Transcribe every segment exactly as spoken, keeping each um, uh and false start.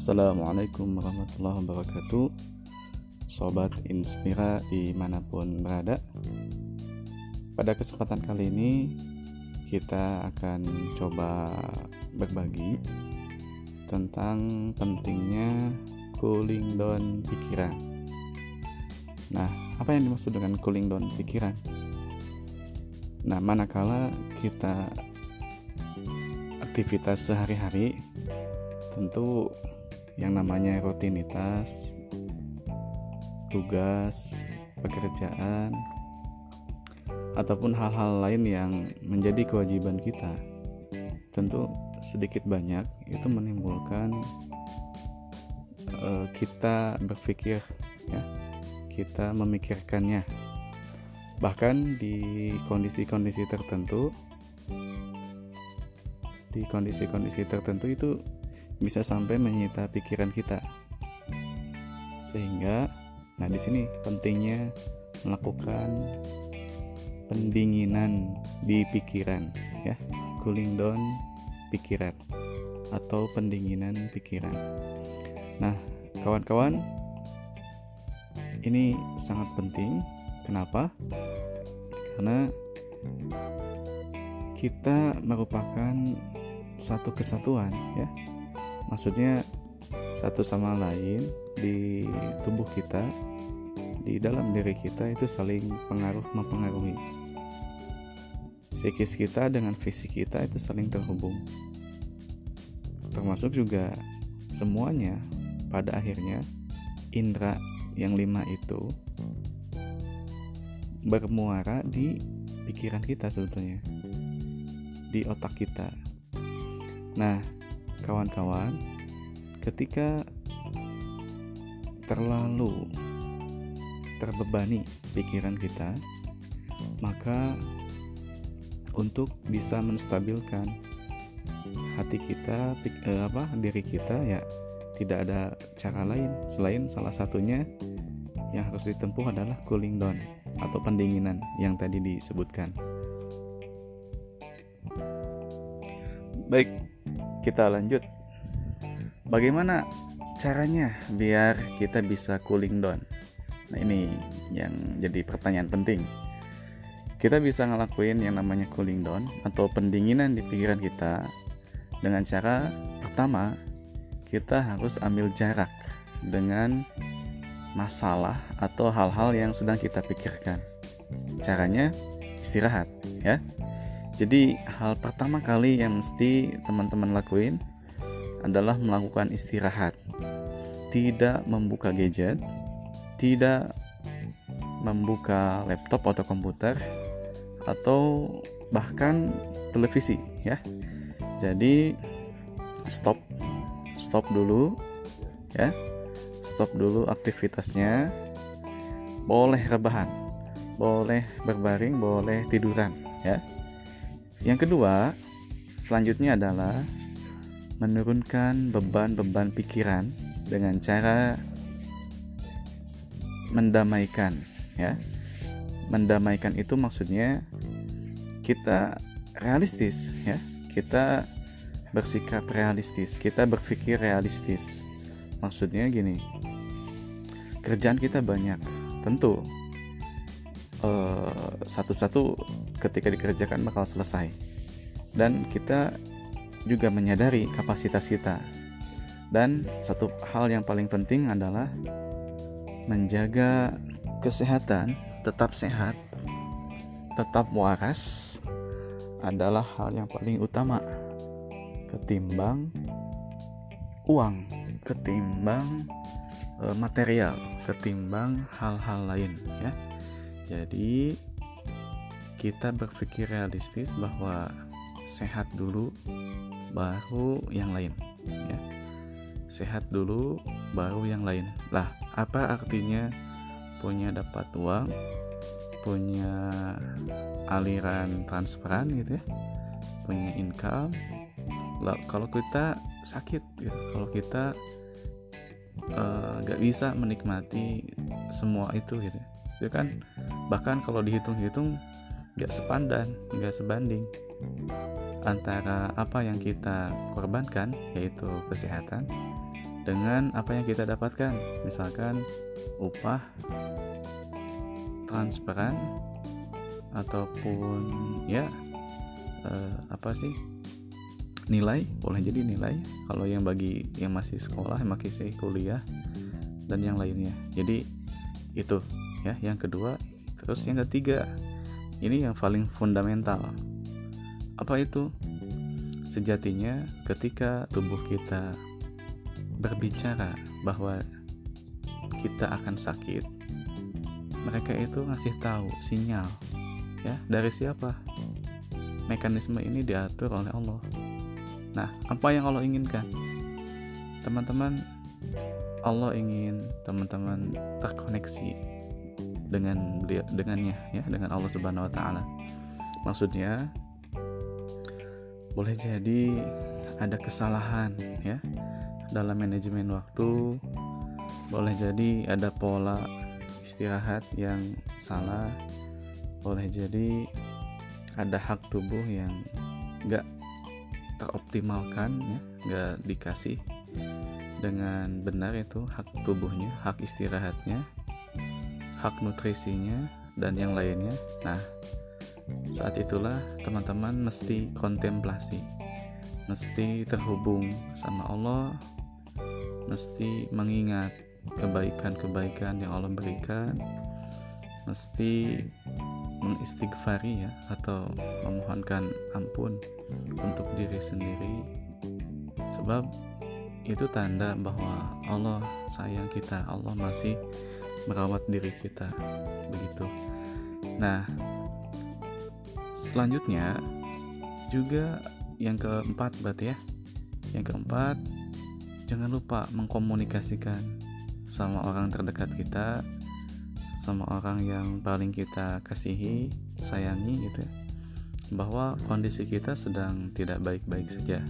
Assalamualaikum warahmatullahi wabarakatuh. Sobat Inspira dimanapun berada, pada kesempatan kali ini kita akan coba berbagi tentang pentingnya cooling down pikiran. Nah, apa yang dimaksud dengan cooling down pikiran? Nah, manakala kita aktivitas sehari-hari, tentu yang namanya rutinitas, tugas, pekerjaan, ataupun hal-hal lain yang menjadi kewajiban kita, tentu sedikit banyak itu menimbulkan uh, kita berpikir, ya, kita memikirkannya. Bahkan di kondisi-kondisi tertentu, di kondisi-kondisi tertentu itu bisa sampai menyita pikiran kita. Sehingga, nah di sini pentingnya melakukan pendinginan di pikiran, ya, cooling down pikiran atau pendinginan pikiran. Nah, kawan-kawan, ini sangat penting. Kenapa? Karena kita merupakan satu kesatuan, ya. Maksudnya satu sama lain di tubuh kita, di dalam diri kita itu saling pengaruh mempengaruhi. Psikis kita dengan fisik kita itu saling terhubung. Termasuk juga semuanya pada akhirnya indera yang lima itu bermuara di pikiran kita sebetulnya, di otak kita. Nah, kawan-kawan, ketika terlalu terbebani pikiran kita, maka untuk bisa menstabilkan hati kita, eh, apa diri kita, ya tidak ada cara lain selain salah satunya yang harus ditempuh adalah cooling down atau pendinginan yang tadi disebutkan. Baik, kita lanjut. Bagaimana caranya biar kita bisa cooling down? Nah, ini yang jadi pertanyaan penting. Kita bisa ngelakuin yang namanya cooling down atau pendinginan di pikiran kita dengan cara pertama, kita harus ambil jarak dengan masalah atau hal-hal yang sedang kita pikirkan. Caranya istirahat, ya. Jadi hal pertama kali yang mesti teman-teman lakuin adalah melakukan istirahat. Tidak membuka gadget, tidak membuka laptop atau komputer, atau bahkan televisi, ya. Jadi stop, stop dulu, ya. Stop dulu aktivitasnya. Boleh rebahan, boleh berbaring, boleh tiduran, ya. Yang kedua, selanjutnya adalah menurunkan beban-beban pikiran dengan cara mendamaikan, ya. Mendamaikan itu maksudnya kita realistis, ya. Kita bersikap realistis, kita berpikir realistis. Maksudnya gini, kerjaan kita banyak, tentu uh, satu-satu ketika dikerjakan bakal selesai, dan kita juga menyadari kapasitas kita. Dan satu hal yang paling penting adalah menjaga kesehatan, tetap sehat, tetap waras adalah hal yang paling utama ketimbang uang, ketimbang e, material, ketimbang hal-hal lain, ya. Jadi kita berpikir realistis bahwa sehat dulu baru yang lain, ya. Sehat dulu baru yang lain. Lah, apa artinya punya dapat uang, punya aliran transferan gitu, ya, punya income. Lah, kalau kita sakit, gitu, kalau kita uh, gak bisa menikmati semua itu, gitu, itu kan bahkan kalau dihitung-hitung gak sepandan, gak sebanding antara apa yang kita korbankan, yaitu kesehatan, dengan apa yang kita dapatkan, misalkan upah transparan ataupun ya eh, apa sih nilai, boleh jadi nilai kalau yang bagi yang masih sekolah, yang masih kuliah dan yang lainnya. Jadi itu ya yang kedua. Terus yang ketiga, ini yang paling fundamental. Apa itu? Sejatinya ketika tubuh kita berbicara bahwa kita akan sakit, mereka itu ngasih tahu sinyal ya. Dari siapa? Mekanisme ini diatur oleh Allah. Nah, apa yang Allah inginkan? Teman-teman, Allah ingin teman-teman terkoneksi dengan beliau, dengannya ya, dengan Allah Subhanahu wa taala. Maksudnya boleh jadi ada kesalahan ya dalam manajemen waktu, boleh jadi ada pola istirahat yang salah, boleh jadi ada hak tubuh yang enggak teroptimalkan ya, enggak dikasih dengan benar, itu hak tubuhnya, hak istirahatnya, hak nutrisinya dan yang lainnya. Nah, saat itulah teman-teman mesti kontemplasi, mesti terhubung sama Allah, mesti mengingat kebaikan-kebaikan yang Allah berikan, mesti mengistighfari ya, atau memohonkan ampun untuk diri sendiri, sebab itu tanda bahwa Allah sayang kita, Allah masih merawat diri kita, begitu. Nah, selanjutnya juga yang keempat berarti ya, yang keempat, jangan lupa mengkomunikasikan sama orang terdekat kita, sama orang yang paling kita kasihi, sayangi gitu ya, bahwa kondisi kita sedang tidak baik-baik saja.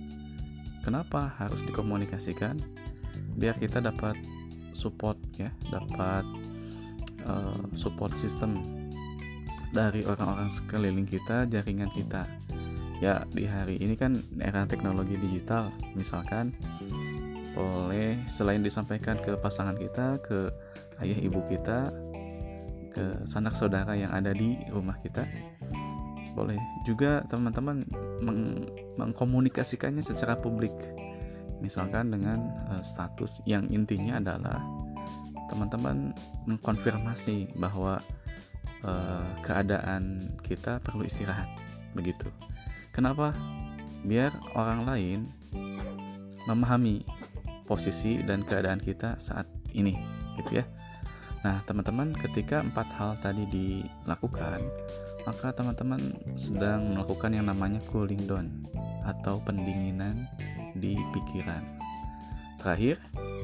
Kenapa harus dikomunikasikan? Biar kita dapat support ya, dapat uh, support system dari orang-orang sekeliling kita, jaringan kita. Ya, di hari ini kan era teknologi digital, misalkan boleh selain disampaikan ke pasangan kita, ke ayah ibu kita, ke sanak saudara yang ada di rumah kita, boleh juga teman-teman meng- mengkomunikasikannya secara publik, misalkan dengan uh, status yang intinya adalah teman-teman mengkonfirmasi bahwa uh, keadaan kita perlu istirahat, begitu. Kenapa? Biar orang lain memahami posisi dan keadaan kita saat ini, gitu ya. Nah, teman-teman, ketika empat hal tadi dilakukan, maka teman-teman sedang melakukan yang namanya cooling down atau pendinginan di pikiran. Terakhir,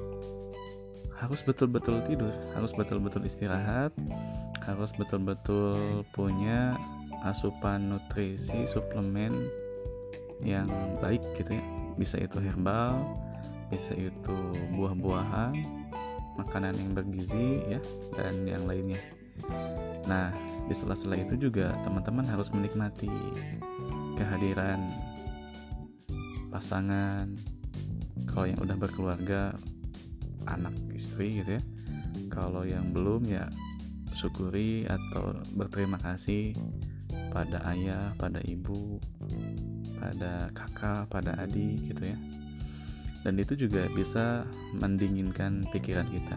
harus betul-betul tidur, harus betul-betul istirahat, harus betul-betul punya asupan nutrisi, suplemen yang baik gitu ya. Bisa itu herbal, bisa itu buah-buahan, makanan yang bergizi ya, dan yang lainnya. Nah, di sela-sela itu juga teman-teman harus menikmati kehadiran pasangan, kalau yang udah berkeluarga, anak, istri gitu ya. Kalau yang belum ya syukuri atau berterima kasih pada ayah, pada ibu, pada kakak, pada adik gitu ya. Dan itu juga bisa mendinginkan pikiran kita.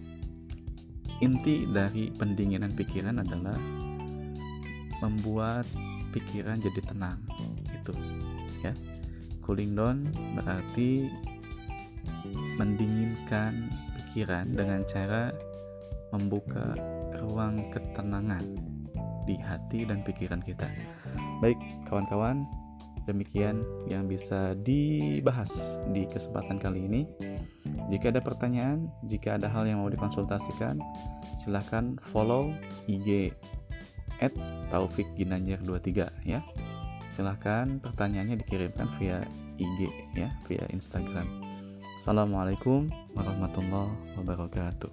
Inti dari pendinginan pikiran adalah membuat pikiran jadi tenang, gitu ya. Cooling down berarti mendinginkan pikiran dengan cara membuka ruang ketenangan di hati dan pikiran kita. Baik kawan-kawan, demikian yang bisa dibahas di kesempatan kali ini. Jika ada pertanyaan, jika ada hal yang mau dikonsultasikan, silahkan follow I G et taufik ginanjar dua puluh tiga ya. Silahkan pertanyaannya dikirimkan via I G ya, via Instagram. Assalamualaikum warahmatullahi wabarakatuh.